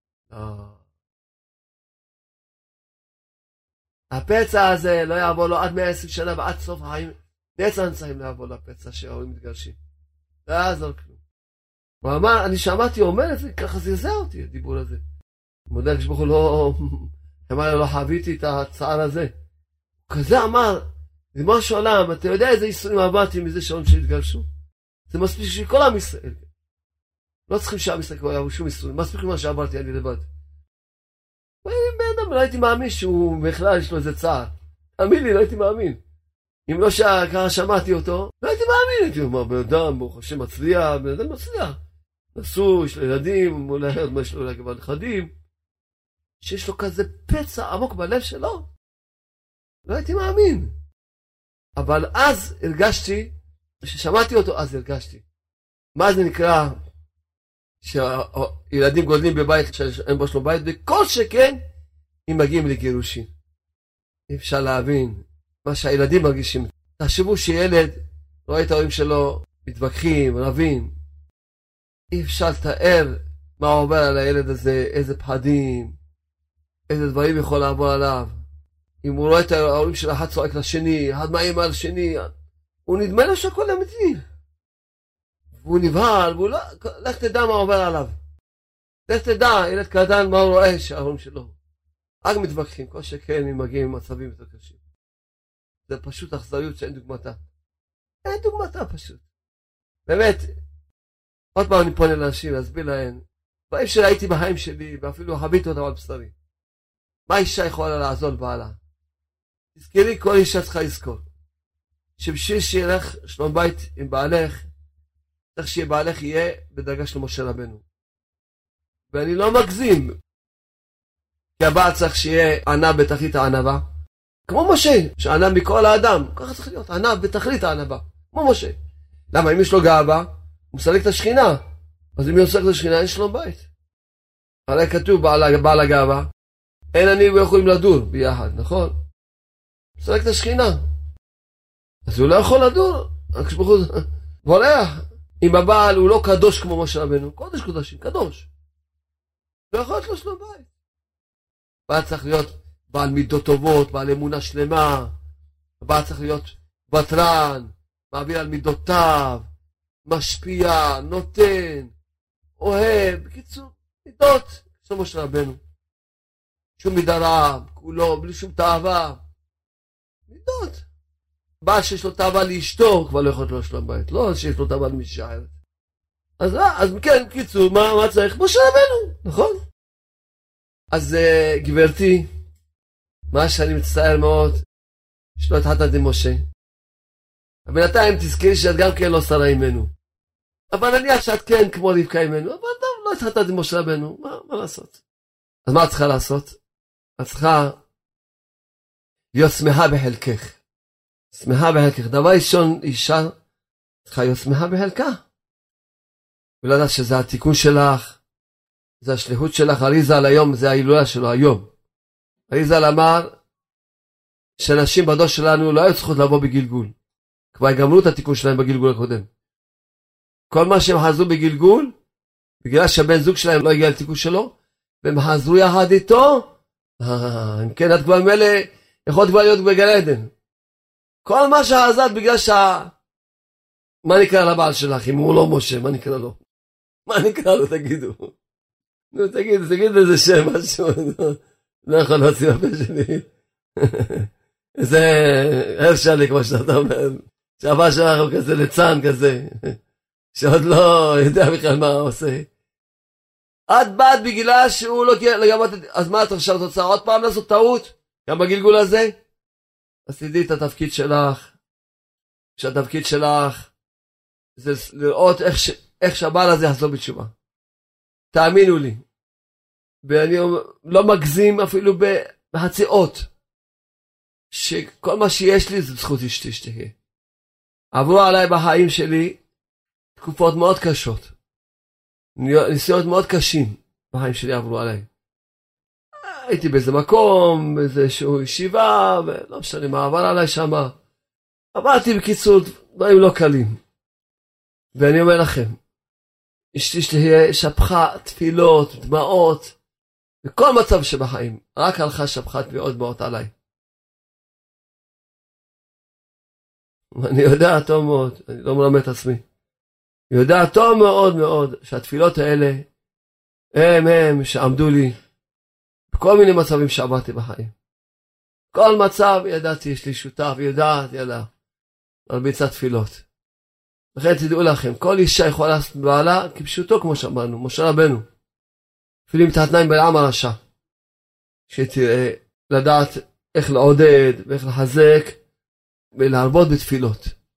הפצע הזה לא יעבור לו עד 120 שנה ועד סוף החיים. נצח נצחים לעבור לפצע שההורים מתגרשים. לא יעזור כלום. הוא אמר, אני שמעתי, הוא אומר את זה, ככה זרזע אותי, הדיבור הזה. מודה כשבחור לא, אמר, לא חוויתי את הצער הזה. כזה אמר, זה משהו עולם, אתה יודע איזה ייסורים עברתי מזה שההורים שלי התגרשו? זה מספיק של כל עם ישראל. לא צריכים שעם ישראל כבר יעבור שום ייסורים, מספיק מה שעברתי אני לבד. בן אדם, לא הייתי מאמין שהוא בכלל יש לו איזה צער. תאמין לי, לא הייתי מאמין. אם לא ככה שמעתי אותו, לא הייתי מאמין. הייתי אומר, בן אדם, ברוך השם מצליח, בן אדם מצליח. נשוי, יש לו ילדים, אולי עוד מה יש לו אולי כבר נכדים. שיש לו כזה פצע עמוק בלב שלו. לא הייתי מאמין. אבל אז הרגשתי, כששמעתי אותו, אז הרגשתי. מה זה נקרא? שילדים גודלים בבית שאין בו שלום בית, וכל שכן, הם מגיעים לגירושים. אי אפשר להבין מה שהילדים מרגישים. תחשבו שילד רואה את ההורים שלו מתווכחים, רבים. אי אפשר לתאר מה עובר על הילד הזה, איזה פחדים, איזה דברים יכול לעבור עליו. אם הוא רואה את ההורים של אחד צועק לשני, אחד מאיים על השני, הוא נדמה לו שהכל אמיתי. והוא נבהל, והוא לא, לך תדע מה עובר עליו. לך תדע, ילד קטן, מה הוא רואה שההורים שלו. רק מתווכחים, כל שכן הם מגיעים למצבים יותר קשים. זה פשוט אכזריות שאין דוגמתה. אין דוגמתה פשוט. באמת, עוד פעם אני פונה לאנשים, להסביר להם, דברים שראיתי בחיים שלי, ואפילו חוויתי אותם על בשרי. מה אישה יכולה לעזור לבעלה? תזכרי, כל אישה צריכה לזכור. שבשביל שיהיה לך שלום בית עם בעלך, צריך שיהיה בעלך יהיה בדרגה של משה רבנו. ואני לא מגזים, כי הבעל צריך שיהיה ענה בתכלית הענבה, כמו משה, שענה מכל האדם, ככה צריך להיות, ענה בתכלית הענבה, כמו משה. למה? אם יש לו גאווה, הוא מסלק את השכינה, אז אם הוא מסלק את השכינה, אין שלום בית. הרי כתוב בעל הגאווה, אין אני ויכולים לדור ביחד, נכון? מסלק את השכינה. אז הוא לא יכול לדור, רק שבחור בורח. אם הבעל הוא לא קדוש כמו משה רבנו, קודש קודשים, קדוש. לא יכול להיות לו שלום בית. הבעל צריך להיות בעל מידות טובות, בעל אמונה שלמה. הבעל צריך להיות ותרן, מעביר על מידותיו, משפיע, נותן, אוהב, בקיצור, מידות של משה רבנו. שום מידה רע, כולו, בלי שום תאווה. מידות. בעל שיש לו תאווה לאשתו, כבר לא יכול להיות לו שלום בית. לא שיש לו תאווה למישהו אחרת. אז כן, קיצור, מה צריך? משה רבנו, נכון? אז גברתי, מה שאני מצטער מאוד, שלא התחתנת עם משה. בינתיים תזכרי שאת גם כן לא שרה אימנו. אבל נניח שאת כן כמו רבקה אימנו, אבל טוב, לא התחתנת עם משה רבנו, מה לעשות? אז מה את צריכה לעשות? את צריכה להיות שמחה בחלקך. שמחה בחלקך. דבר ראשון, אישה צריכה להיות שמחה בחלקה. ולדעת שזה התיקון שלך, זה השליחות שלך. אריזל היום, זה ההילולה שלו היום. אריזל אמר שאנשים בדור שלנו לא היו צריכות לבוא בגלגול. כבר גמרו את התיקון שלהם בגלגול הקודם. כל מה שהם חזרו בגלגול, בגלל שהבן זוג שלהם לא הגיע לתיקון שלו, והם חזרו יחד איתו, אם כן את כבר מלא, יכולת כבר להיות בגן עדן. כל מה שעזת בגלל מה נקרא לבעל שלך, אם הוא לא משה, מה נקרא לו? מה נקרא לו, תגידו. נו, תגידו איזה שם, משהו, לא יכול להוציא בפה שלי. זה הרשלי, כמו שאתה אומר, שהבא שלך הוא כזה ליצן כזה, שעוד לא יודע בכלל מה הוא עושה. את באת בגלל שהוא לא לגמרי, אז מה את עכשיו רוצה עוד פעם לעשות טעות? גם בגלגול הזה? אז תדעי את התפקיד שלך, שהתפקיד שלך זה לראות איך שהבעל הזה יחזור בתשובה. תאמינו לי, ואני לא מגזים אפילו בהציעות, שכל מה שיש לי זה זכות אשתי שתהיה. עברו עליי בחיים שלי תקופות מאוד קשות, ניסיונות מאוד קשים בחיים שלי עברו עליי. הייתי באיזה מקום, באיזשהו ישיבה, ולא משנה מה עבר עליי שם. עברתי בקיצור דברים לא קלים. ואני אומר לכם, אשתי שתהיה שפחה, תפילות, דמעות, בכל מצב שבחיים, רק הלכה שפחה תביעות דמעות עליי. ואני יודע טוב מאוד, אני לא מלמד את עצמי, אני יודע טוב מאוד מאוד שהתפילות האלה הם שעמדו לי בכל מיני מצבים שעברתי בחיים. כל מצב ידעתי, יש לי שותף, יודעת, יאללה, מרביצה תפילות. לכן תדעו לכם, כל אישה יכולה לעשות בעלה כפשוטו כמו שאמרנו, משה רבנו. אפילו אם תתנה עם בלעם הרשע, שתראה לדעת איך לעודד ואיך לחזק ולהרבות בתפילות.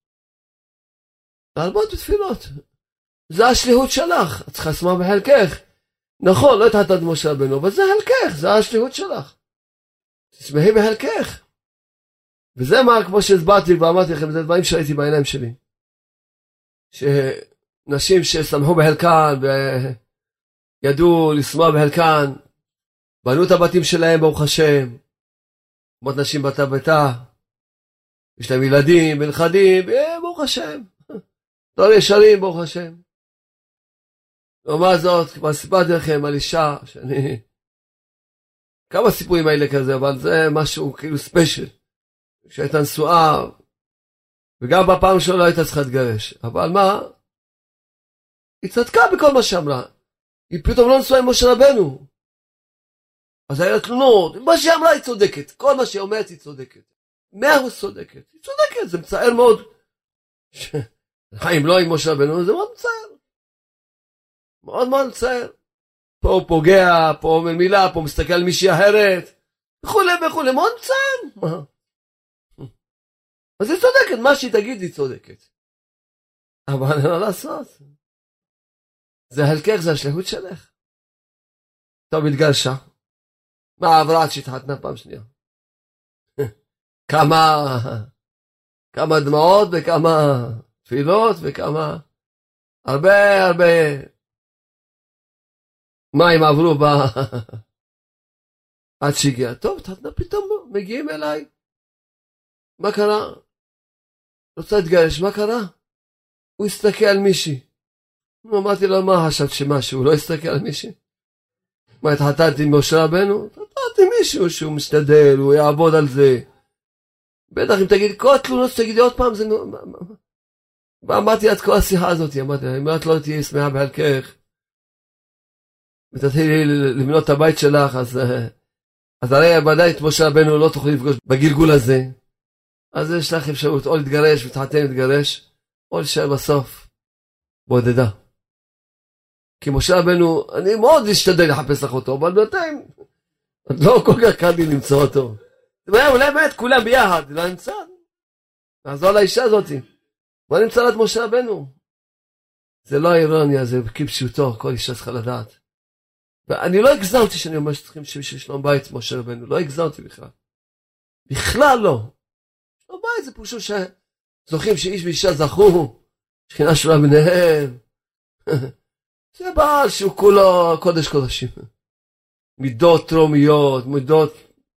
להרבות בתפילות. זה השליחות שלך, את צריכה לשמוח בחלקך. נכון, לא התחתנת עם משה רבנו, אבל זה חלקך, זה השליחות שלך. תשמחי בחלקך. וזה מה, כמו שהסברתי ואמרתי לכם, זה דברים שראיתי בעיניים שלי. שנשים ששמחו בחלקן וידעו לשמוח בחלקן, בנו את הבתים שלהם ברוך השם, כמו נשים בתה ביתה, יש להם ילדים ונכדים, ברוך השם, לא ישרים ברוך השם. לעומת זאת, כבר סיפרתי לכם על אישה, כמה סיפורים האלה כזה, אבל זה משהו כאילו ספיישל, שהייתה נשואה, וגם בפעם שלו לא הייתה צריכה להתגרש. אבל מה? היא צדקה בכל מה שאמרה. היא פתאום לא נשואה עם משה רבנו. אז היה תלונות. מה שהיא אמרה היא צודקת. כל מה שהיא אומרת היא צודקת. 100% צודקת. היא צודקת. זה מצער מאוד. חיים לא עם משה רבנו, זה מאוד מצער. מאוד מאוד מצער. פה הוא פוגע, פה אומר מילה, פה הוא מסתכל על מישהי אחרת. וכולי וכולי. מאוד מצער. מה? אז היא צודקת, מה שהיא תגיד היא צודקת. אבל אין מה לעשות. זה חלקך, זה השליחות שלך. טוב, התגרשה. מה עברה עד שהתחתנה פעם שנייה? כמה דמעות וכמה תפילות וכמה הרבה מים עברו עד שהגיע. טוב, התחתנה פתאום מגיעים אליי. מה קרה? רוצה להתגרש, מה קרה? הוא הסתכל על מישהי. אמרתי לו, מה חשבת שמשהו? הוא לא הסתכל על מישהי? מה, התחתנתי עם משה רבנו? התחתנתי עם מישהו שהוא משתדל, הוא יעבוד על זה. בטח אם תגיד, כל התלונות שתגידי עוד פעם, זה... אמרתי את כל השיחה הזאת, אמרתי, אם את לא תהיה שמחה בחלקך, ותתחילי לבנות את הבית שלך, אז הרי ודאי את משה רבנו לא תוכלי לפגוש בגלגול הזה. אז יש לך אפשרות או להתגרש ותחתן להתגרש, או להישאר בסוף בודדה. כי משה רבנו, אני מאוד אשתדל לחפש לך אותו, אבל בינתיים לא כל כך קל לי למצוא אותו. אולי באמת כולם ביחד, לא נמצא. נעזור לאישה הזאת. בוא נמצא לה את משה רבנו. זה לא האירוניה, זה כפשוטו, כל אישה צריכה לדעת. ואני לא הגזמתי שאני אומר שצריכים שבשביל שלום בית משה רבנו, לא הגזמתי בכלל. בכלל לא. שלום בית זה פשוט שזוכים שאיש ואישה זכו, שכינה שולה ביניהם. זה בעל שהוא כולו קודש קודשים. מידות תרומיות, מידות...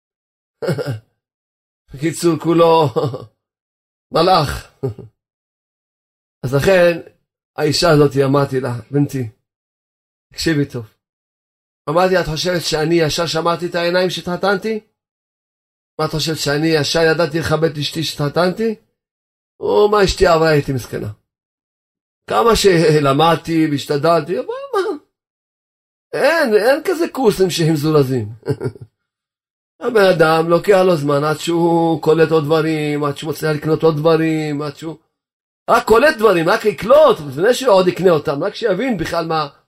בקיצור, כולו מלאך. אז לכן, האישה הזאת אמרתי לה, בנתי, תקשיבי טוב. אמרתי, את חושבת שאני ישר שמעתי את העיניים שתחתנתי? מה את חושבת שאני ישר ידעתי לכבד את אשתי שתחתנתי? או מה אשתי עברה איתי מסכנה? כמה שלמדתי והשתדלתי, אבל מה? אין כזה קורסים שהם זורזים. הבן אדם לוקח לו זמן עד שהוא קולט עוד דברים, עד שהוא מצליח לקנות עוד דברים, עד שהוא... רק קולט דברים, רק יקלוט, לפני שהוא עוד יקנה אותם, רק שיבין בכלל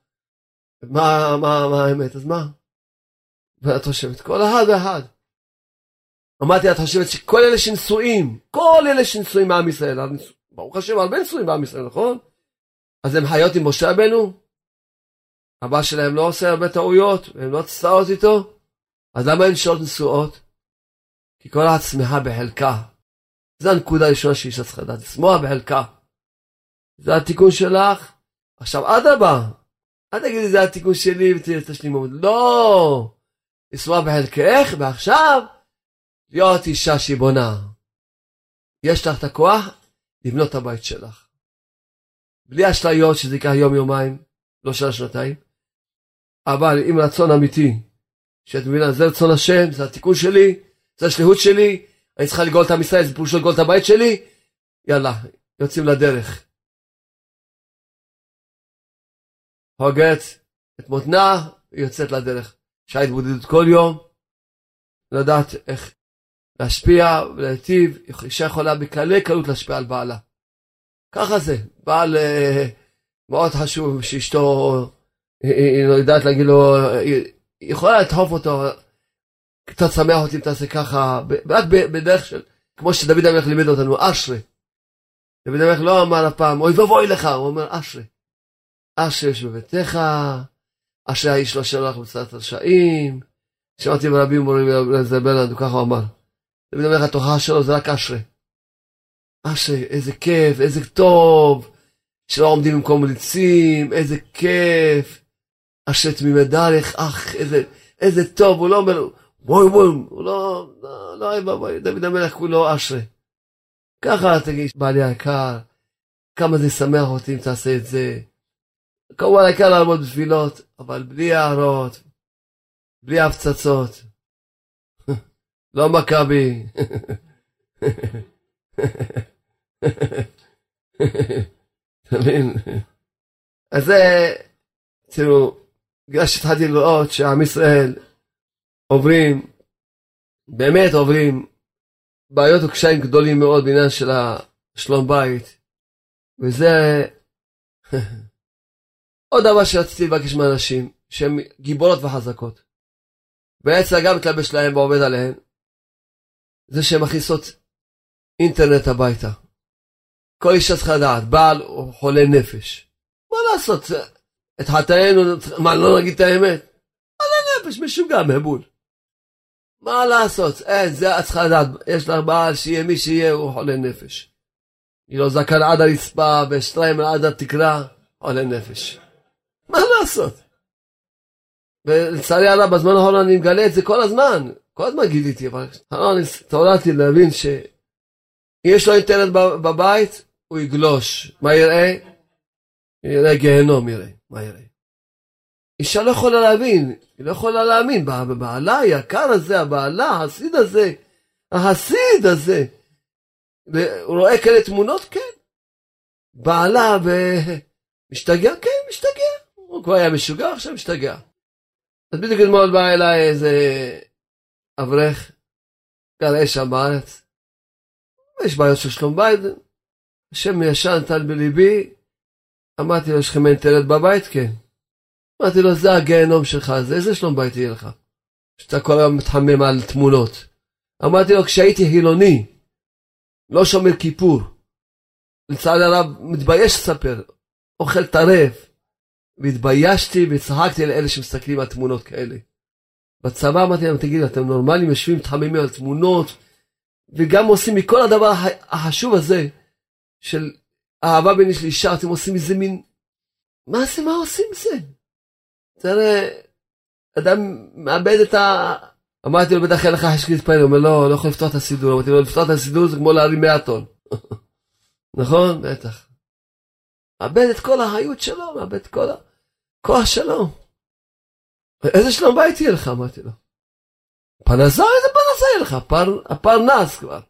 מה האמת, אז מה? ואת חושבת, כל אחד ואחד. אמרתי, את חושבת שכל אלה שנשואים, כל אלה שנשואים מעם ישראל, ברוך השם, הרבה נשואים בעם ישראל, נכון? אז הם חיות עם משה רבנו? הבא שלהם לא עושה הרבה טעויות, והם לא צטעות איתו? אז למה אין שעות נשואות? כי כל אחת שמחה בחלקה. זו הנקודה הראשונה שאישה צריכה לדעת, לשמוח בחלקה. זה התיקון שלך. עכשיו עד הבא, אל תגידי זה התיקון שלי ותשלימו. לא! לשמוח בחלקך, ועכשיו להיות אישה שהיא בונה. יש לך את הכוח לבנות את הבית שלך. בלי אשליות שזה ייקח יום יומיים, לא שנה שנתיים. אבל עם רצון אמיתי, שאת מבינה, זה רצון השם, זה התיקון שלי, זה השליחות שלי, אני צריכה לגאול את עם ישראל, זה פירוש לגאול את הבית שלי, יאללה, יוצאים לדרך. הוגת את מותנה, ויוצאת לדרך. שעה התבודדות כל יום, לדעת איך להשפיע ולהיטיב, אישה יכולה בקלי קלות להשפיע על בעלה. ככה זה, בעל מאוד חשוב שאשתו, היא לא יודעת להגיד לו, היא יכולה לדחוף אותו, קצת שמח אותי אם תעשה ככה, רק בדרך של, כמו שדוד המלך לימד אותנו, אשרי. דוד המלך לא אמר הפעם, אוי ובואי לך, הוא אומר אשרי. אשרי יש בביתך, אשרי האיש לא שלח בצדת רשעים, שמעתי ברבים אומרים לזבל לנו, ככה הוא אמר. דוד המלך התוכחה שלו זה רק אשרי. אשרי, איזה כיף, איזה טוב, שלא עומדים במקום מליצים, איזה כיף. אשרי תמימי דרך, איזה טוב, הוא לא אומר, בואי, הוא לא, דוד המלך כולו אשרי. ככה תגיד, בעלי היקר, כמה זה שמח אותי אם תעשה את זה. כמובן העיקר לעמוד בתפילות, אבל בלי הערות, בלי הפצצות. לא מכבי. תבין? אז זה, תראו, בגלל שהתחלתי לראות שעם ישראל עוברים, באמת עוברים, בעיות וקשיים גדולים מאוד בעניין של השלום בית, וזה עוד דבר שרציתי לבקש מאנשים, שהם גיבורות וחזקות, בעצם גם מתלבש להם ועובד עליהם, זה שהן מכניסות אינטרנט הביתה. כל אישה צריכה לדעת, בעל הוא חולה נפש. מה לעשות? את חטאינו, מה, לא נגיד את האמת? חולה נפש, משוגע, מבול. מה לעשות? זה את צריכה לדעת, יש לך בעל שיהיה מי שיהיה, הוא חולה נפש. היא לא זקן עד הרצפה, ושטריימל עד התקרה, חולה נפש. מה לעשות? ולצערי הרב, בזמן האחרון אני מגלה את זה כל הזמן גיליתי, אבל אני תורדתי להבין יש לו אינטרנט בבית, הוא יגלוש. מה יראה? יראה גיהנום, מה יראה? אישה לא יכולה להבין, היא לא יכולה להאמין, בבעלה היקר הזה, הבעלה, החסיד הזה, הוא רואה כאלה תמונות, כן. בעלה משתגע, כן, משתגע. הוא כבר היה משוגע, עכשיו משתגע. אז בדיוק אתמול בא אליי איזה אברך, גר שם בארץ, יש בעיות של שלום בית, השם ישן נתן בליבי, אמרתי לו, יש לכם אינטרנט בבית? כן. אמרתי לו, זה הגיהנום שלך, איזה שלום בית יהיה לך? שאתה כל היום מתחמם על תמונות. אמרתי לו, כשהייתי חילוני, לא שומר כיפור, לצערי הרב, מתבייש לספר, אוכל טרף, והתביישתי וצחקתי לאלה שמסתכלים על תמונות כאלה. בצבא אמרתי להם, תגידו, אתם נורמלים, יושבים מתחממים על תמונות, וגם עושים מכל הדבר החשוב הזה, של אהבה בין איש לאישה, אתם עושים איזה מין, מה עושים זה? תראה, אדם מאבד את אמרתי לו, בטח אין לך חשק להתפעל, הוא אומר, לא יכול לפתוח את הסידור, אמרתי לו, לפתוח את הסידור זה כמו להרים 100 טון. נכון? בטח. מאבד את כל החיות שלו, מאבד את כל הכוח שלו. איזה שלום בית יהיה לך, אמרתי לו. פרנסה? איזה פרנסה יהיה לך? הפרנס כבר,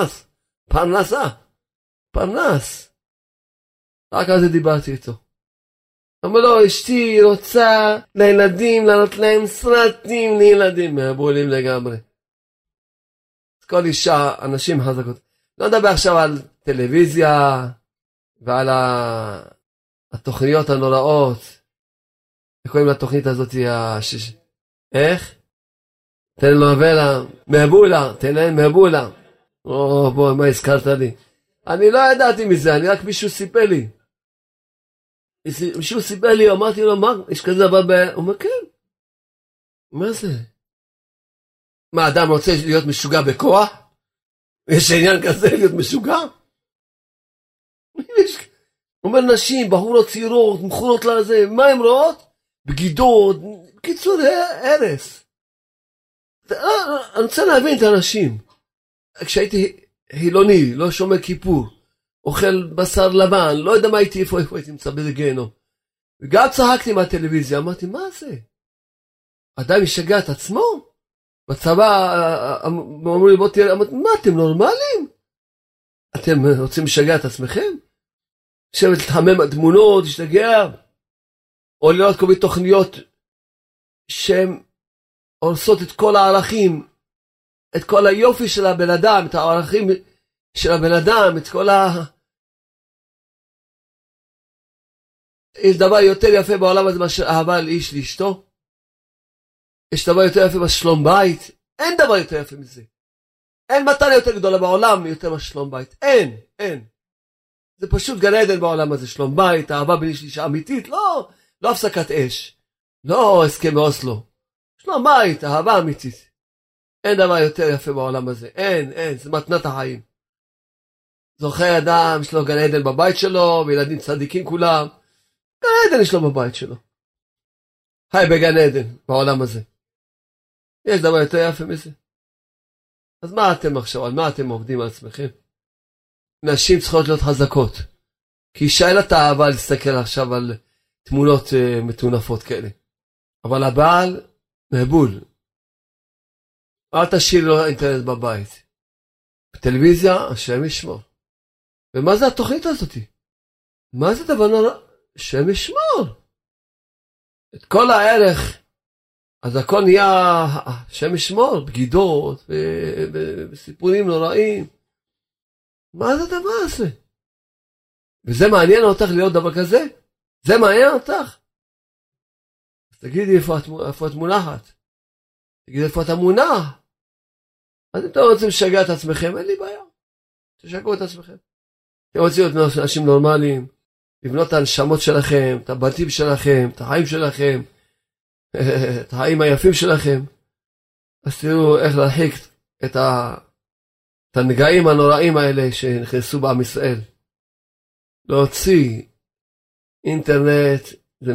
פרנס. רק אז דיברתי איתו. אמר לו, אשתי רוצה לילדים, לעלות להם סרטים לילדים, מהבולים לגמרי. כל אישה, אנשים חזקות. לא נדבר עכשיו על טלוויזיה, ועל התוכניות הנוראות. איך קוראים לתוכנית הזאת? איך? תן לו מבלה, תן להם מהבולה. בוא, מה הזכרת לי? אני לא ידעתי מזה, אני רק מישהו סיפר לי. אמרתי לו, מה? יש כזה דבר הוא אומר, כן. מה זה? מה, אדם רוצה להיות משוגע בכוח? יש עניין כזה להיות משוגע? הוא אומר, נשים, בחורות צעירות, מכונות לזה, מה הן רואות? בגידות, בקיצור, הרס. אני רוצה להבין את האנשים. כשהייתי חילוני, לא שומר כיפור, אוכל בשר לבן, לא יודע מה הייתי, איפה הייתי נמצא באיזה גיהנום. וגם צחקתי מהטלוויזיה, אמרתי, מה זה? אדם ישגע את עצמו? בצבא, אמרו לי, בוא תראה, אמרתי, מה, אתם נורמלים? אתם רוצים לשגע את עצמכם? לשבת להתחמם תמונות, להשתגע? או לראות כל מיני תוכניות שהן הורסות את כל הערכים, את כל היופי של הבן אדם, את הערכים של הבן אדם, את כל יש דבר יותר יפה בעולם הזה מאשר אהבה לאיש לאשתו? יש דבר יותר יפה בשלום בית? אין דבר יותר יפה מזה. אין מתנה יותר גדולה בעולם יותר משלום בית. אין. זה פשוט גן עדן בעולם הזה, שלום בית, אהבה בין איש לאישה אמיתית, לא הפסקת אש, לא הסכם אוסלו. שלום בית, אהבה אמיתית. אין דבר יותר יפה בעולם הזה, אין, זה מתנת החיים. זוכר אדם, יש לו גן עדן בבית שלו, וילדים צדיקים כולם, גן עדן יש לו בבית שלו. חי בגן עדן, בעולם הזה. יש דבר יותר יפה מזה. אז מה אתם עכשיו, על מה אתם עובדים על עצמכם? נשים צריכות להיות חזקות. כי אישה אין לה את האהבה להסתכל עכשיו על תמונות מטונפות כאלה. אבל הבעל, מהבול. אל תשאיר לו אינטרנט בבית. בטלוויזיה, השם ישמור. ומה זה התוכנית הזאת? מה זה דבר נורא? השם ישמור. את כל הערך, אז הכל נהיה, השם ישמור, בגידות, וסיפורים נוראים. מה זה הדבר הזה? וזה מעניין אותך להיות דבר כזה? זה מעניין אותך? אז תגידי איפה את מונחת? תגידי איפה אתה מונח? אז אם אתם רוצים לשגע את עצמכם, אין לי בעיה. תשגעו את עצמכם. אתם רוצים להיות אנשים נורמליים, לבנות את הנשמות שלכם, את הבתים שלכם, את החיים שלכם, את החיים היפים שלכם. אז תראו איך להרחיק את הנגעים הנוראים האלה שנכנסו בעם ישראל. להוציא אינטרנט זה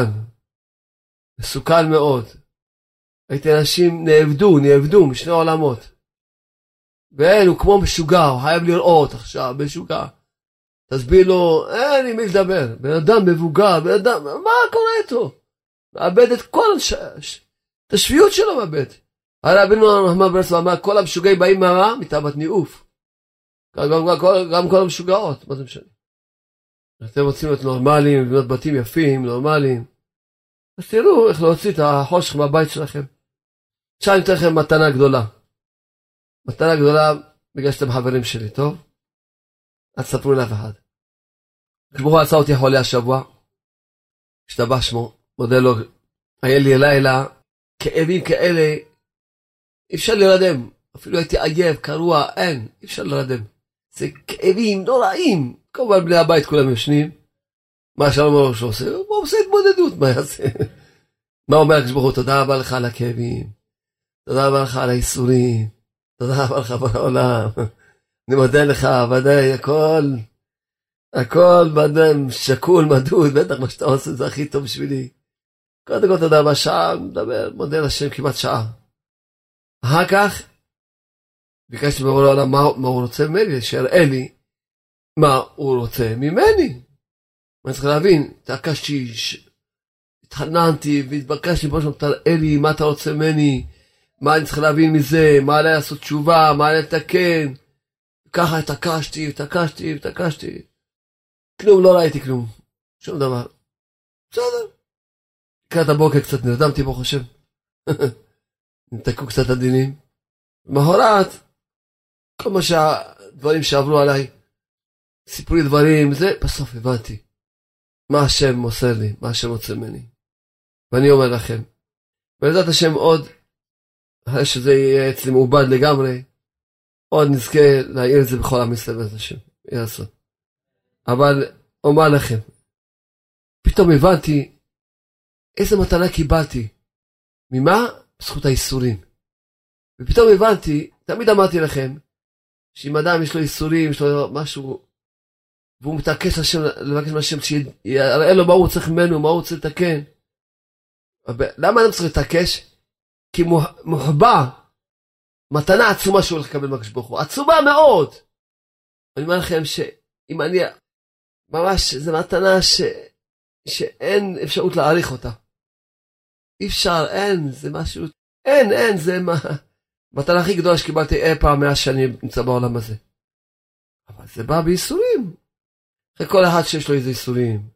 מסוכן מאוד. הייתי אנשים נאבדו משני עולמות. ואין, הוא כמו משוגע, הוא חייב לראות עכשיו, משוגע. תסביר לו, אין לי מי לדבר, בן אדם מבוגר, מה קורה איתו? מאבד את כל את השפיות שלו מאבד. הרי רבינו אמר, כל המשוגעים באים מתאוות ניאוף. גם כל המשוגעות, מה זה משנה? אתם רוצים להיות נורמליים, לבנות בתים יפים, נורמליים. אז תראו איך להוציא את החושך מהבית שלכם. עכשיו אני אתן לכם מתנה גדולה. מתנה גדולה בגלל שאתם חברים שלי, טוב? אל תספרו לאף אחד. כמו עשה אותי חולה השבוע, השתבח שמו, מודה לו, היה לי לילה, כאבים כאלה, אי אפשר להירדם. אפילו הייתי עייב, קרוע, אין, אי אפשר לרדם. זה כאבים נוראים. כמובן בני הבית כולם ישנים. מה שלום הראש עושה? הוא עושה התמודדות, מה יעשה? מה אומר הקדוש ברוך הוא? תודה רבה לך על הכאבים. תודה רבה לך על האיסורים. תודה רבה לך בעולם. אני מודה לך, ודאי, הכל בדם שקול, מדוד, בטח מה שאתה עושה זה הכי טוב בשבילי. קודם כל תודה רבה, שעה, מדבר, מודה לשם כמעט שעה. אחר כך, ביקשתי מבוא לעולם מה הוא רוצה ממני, שיראה לי מה הוא רוצה ממני. אני צריך להבין, התעקשתי, התחננתי והתבקשתי, בוא שם תראה לי מה אתה רוצה ממני, מה אני צריך להבין מזה, מה עליי לעשות תשובה, מה עליי לתקן. ככה התעקשתי. כלום, לא ראיתי כלום. שום דבר. בסדר. לקראת הבוקר קצת נרדמתי בו חושב. נתקו קצת הדינים. מחרת, כל מה שהדברים שעברו עליי, סיפרו לי דברים, זה בסוף הבנתי. מה השם מוסר לי, מה השם רוצה ממני. ואני אומר לכם, בעזרת השם עוד, אחרי שזה יהיה אצלי מעובד לגמרי, עוד נזכה להעיר את זה בכל עם ישראל בעזרת השם. יעשו. אבל אומר לכם, פתאום הבנתי איזה מתנה קיבלתי. ממה? בזכות האיסורים. ופתאום הבנתי, תמיד אמרתי לכם, שאם אדם יש לו איסורים, יש לו משהו, והוא מתעקש לבקש מהשם, שיראה לו מה הוא צריך ממנו, מה הוא רוצה לתקן. למה אני צריך לתעקש? כי מוחבא, מתנה עצומה שהוא הולך לקבל מהקדוש ברוך הוא. עצומה מאוד. אני אומר לכם שאם אני, ממש, זו מתנה שאין אפשרות להעריך אותה. אי אפשר, אין, זה משהו, אין, זה מתנה הכי גדולה שקיבלתי אי פעם מאז שאני נמצא בעולם הזה. אבל זה בא בייסורים. אחרי כל אחד שיש לו איזה ייסורים.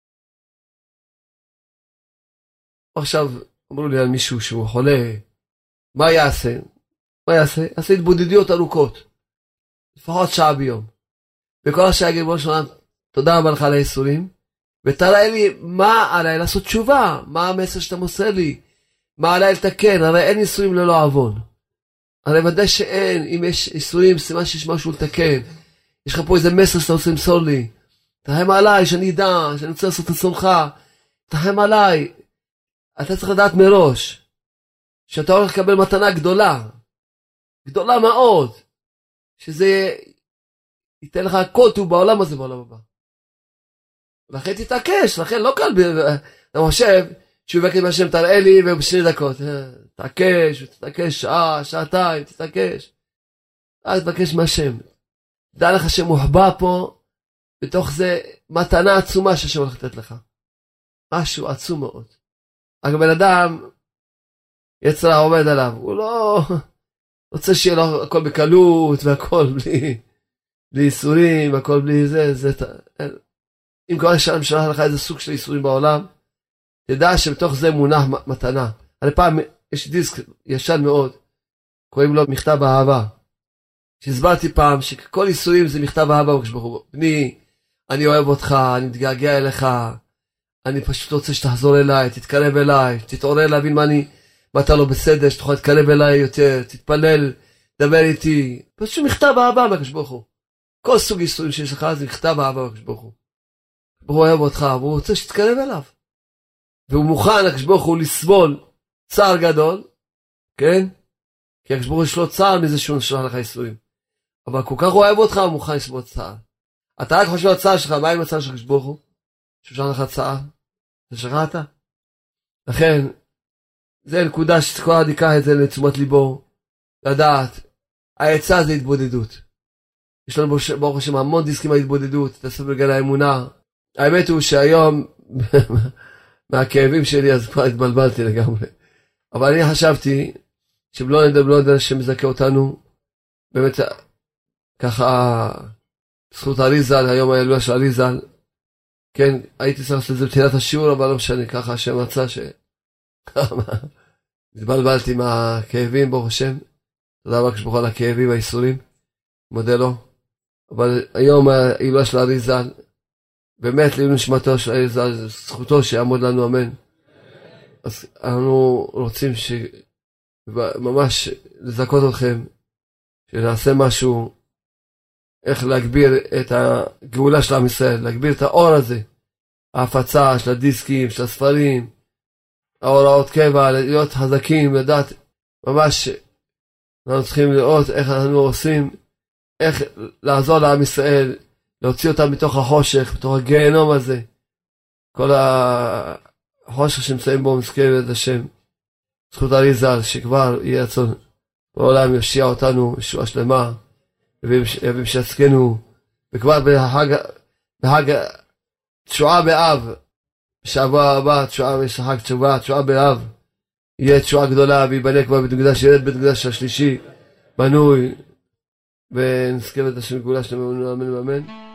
עכשיו, אמרו לי על מישהו שהוא חולה, מה יעשה? יעשה התבודדויות ארוכות. לפחות שעה ביום. וכל השעה יגיד בו שלנו, תודה רבה לך על הייסורים, ותראה לי מה עליי לעשות תשובה, מה המסר שאתה מוסר לי, מה עליי לתקן, הרי אין ייסורים ללא עוון. הרי ודאי שאין, אם יש ייסורים, סימן שיש משהו לתקן. יש לך פה איזה מסר שאתה רוצה למסור לי. תרחם עליי, שאני אדע, שאני רוצה לעשות את עצמך. תרחם עליי. אתה צריך לדעת מראש, שאתה הולך לקבל מתנה גדולה מאוד, שזה ייתן לך כל טוב בעולם הזה בעולם הבא. לכן תתעקש, לכן לא קל, אתה חושב שהוא יבקש מהשם תראה לי ובשני דקות, תתעקש שעה, שעתיים, תתעקש. אז תבקש מהשם. דע לך שמוחבא פה, בתוך זה מתנה עצומה שהשם הולך לתת לך. משהו עצום מאוד. רק בן אדם, יצרה עומד עליו, הוא לא רוצה שיהיה לו הכל בקלות והכל בלי איסורים, הכל בלי זה. אם כל השם שלח לך איזה סוג של איסורים בעולם, תדע שבתוך זה מונח מתנה. הרי פעם יש דיסק ישן מאוד, קוראים לו מכתב האהבה. שהסברתי פעם שכל איסורים זה מכתב האהבה, בני, אני אוהב אותך, אני מתגעגע אליך, אני פשוט רוצה שתחזור אליי, תתקרב אליי, תתעורר להבין מה אתה לא בסדר, שתוכל להתקרב אליי יותר, תתפלל, דבר איתי. פשוט מכתב אהבה מהקדוש ברוך הוא. כל סוג איסורים שיש לך זה מכתב אהבה מהקדוש ברוך הוא. הוא אוהב אותך, והוא רוצה שתתקרב אליו. והוא מוכן, הקדוש ברוך הוא, לסבול צער גדול, כן? כי הקדוש ברוך הוא יש לו צער מזה שהוא נשלח לך איסורים. אבל כל כך אוהב אותך, הוא מוכן לסבול צער. אתה רק חושב על הצער שלך, מה עם הצער של הקדוש ברוך הוא? ששלח לך צער? זה שלך אתה? לכן, זה נקודה שכל אחד ייקח את זה לתשומת ליבו, לדעת, העצה זה התבודדות. יש לנו ברוך השם המון דיסקים על התבודדות, תעשו בגלל האמונה. האמת הוא שהיום, מהכאבים שלי, אז כבר התבלבלתי לגמרי. אבל אני חשבתי, שבלא נדע שמזכה אותנו, באמת, ככה, זכות אריזל, היום ההילולה של אריזל, כן, הייתי צריך לעשות את זה בתחילת השיעור, אבל לא משנה, ככה השם מצא התבלבלתי מהכאבים, ברוך השם. תודה רבה כשבוך על הכאבים והאיסורים, מודה לו. אבל היום ההילולה של אריזל, באמת לעילוי נשמתו של אריזל, זכותו שיעמוד לנו, אמן. אז אנחנו רוצים ממש לזכות אתכם, שנעשה משהו, איך להגביר את הגאולה של עם ישראל, להגביר את האור הזה, ההפצה של הדיסקים, של הספרים, ההוראות קבע, להיות חזקים, לדעת ממש, אנחנו צריכים לראות איך אנחנו עושים, איך לעזור לעם ישראל, להוציא אותם מתוך החושך, מתוך הגיהנום הזה, כל החושך שנמצאים בו מסכן את השם, זכות אריזה, שכבר יהיה רצון בעולם יושיע אותנו, ישועה שלמה, ומשסקנו, וכבר בחג תשועה באב, בשבוע הבא, יש חג תשועה באב, יהיה תשועה גדולה, ויבנה כבר בית מקדש, ירד בית מקדש השלישי, בנוי, ונזכה את השם גאולה שלנו, אמן ואמן.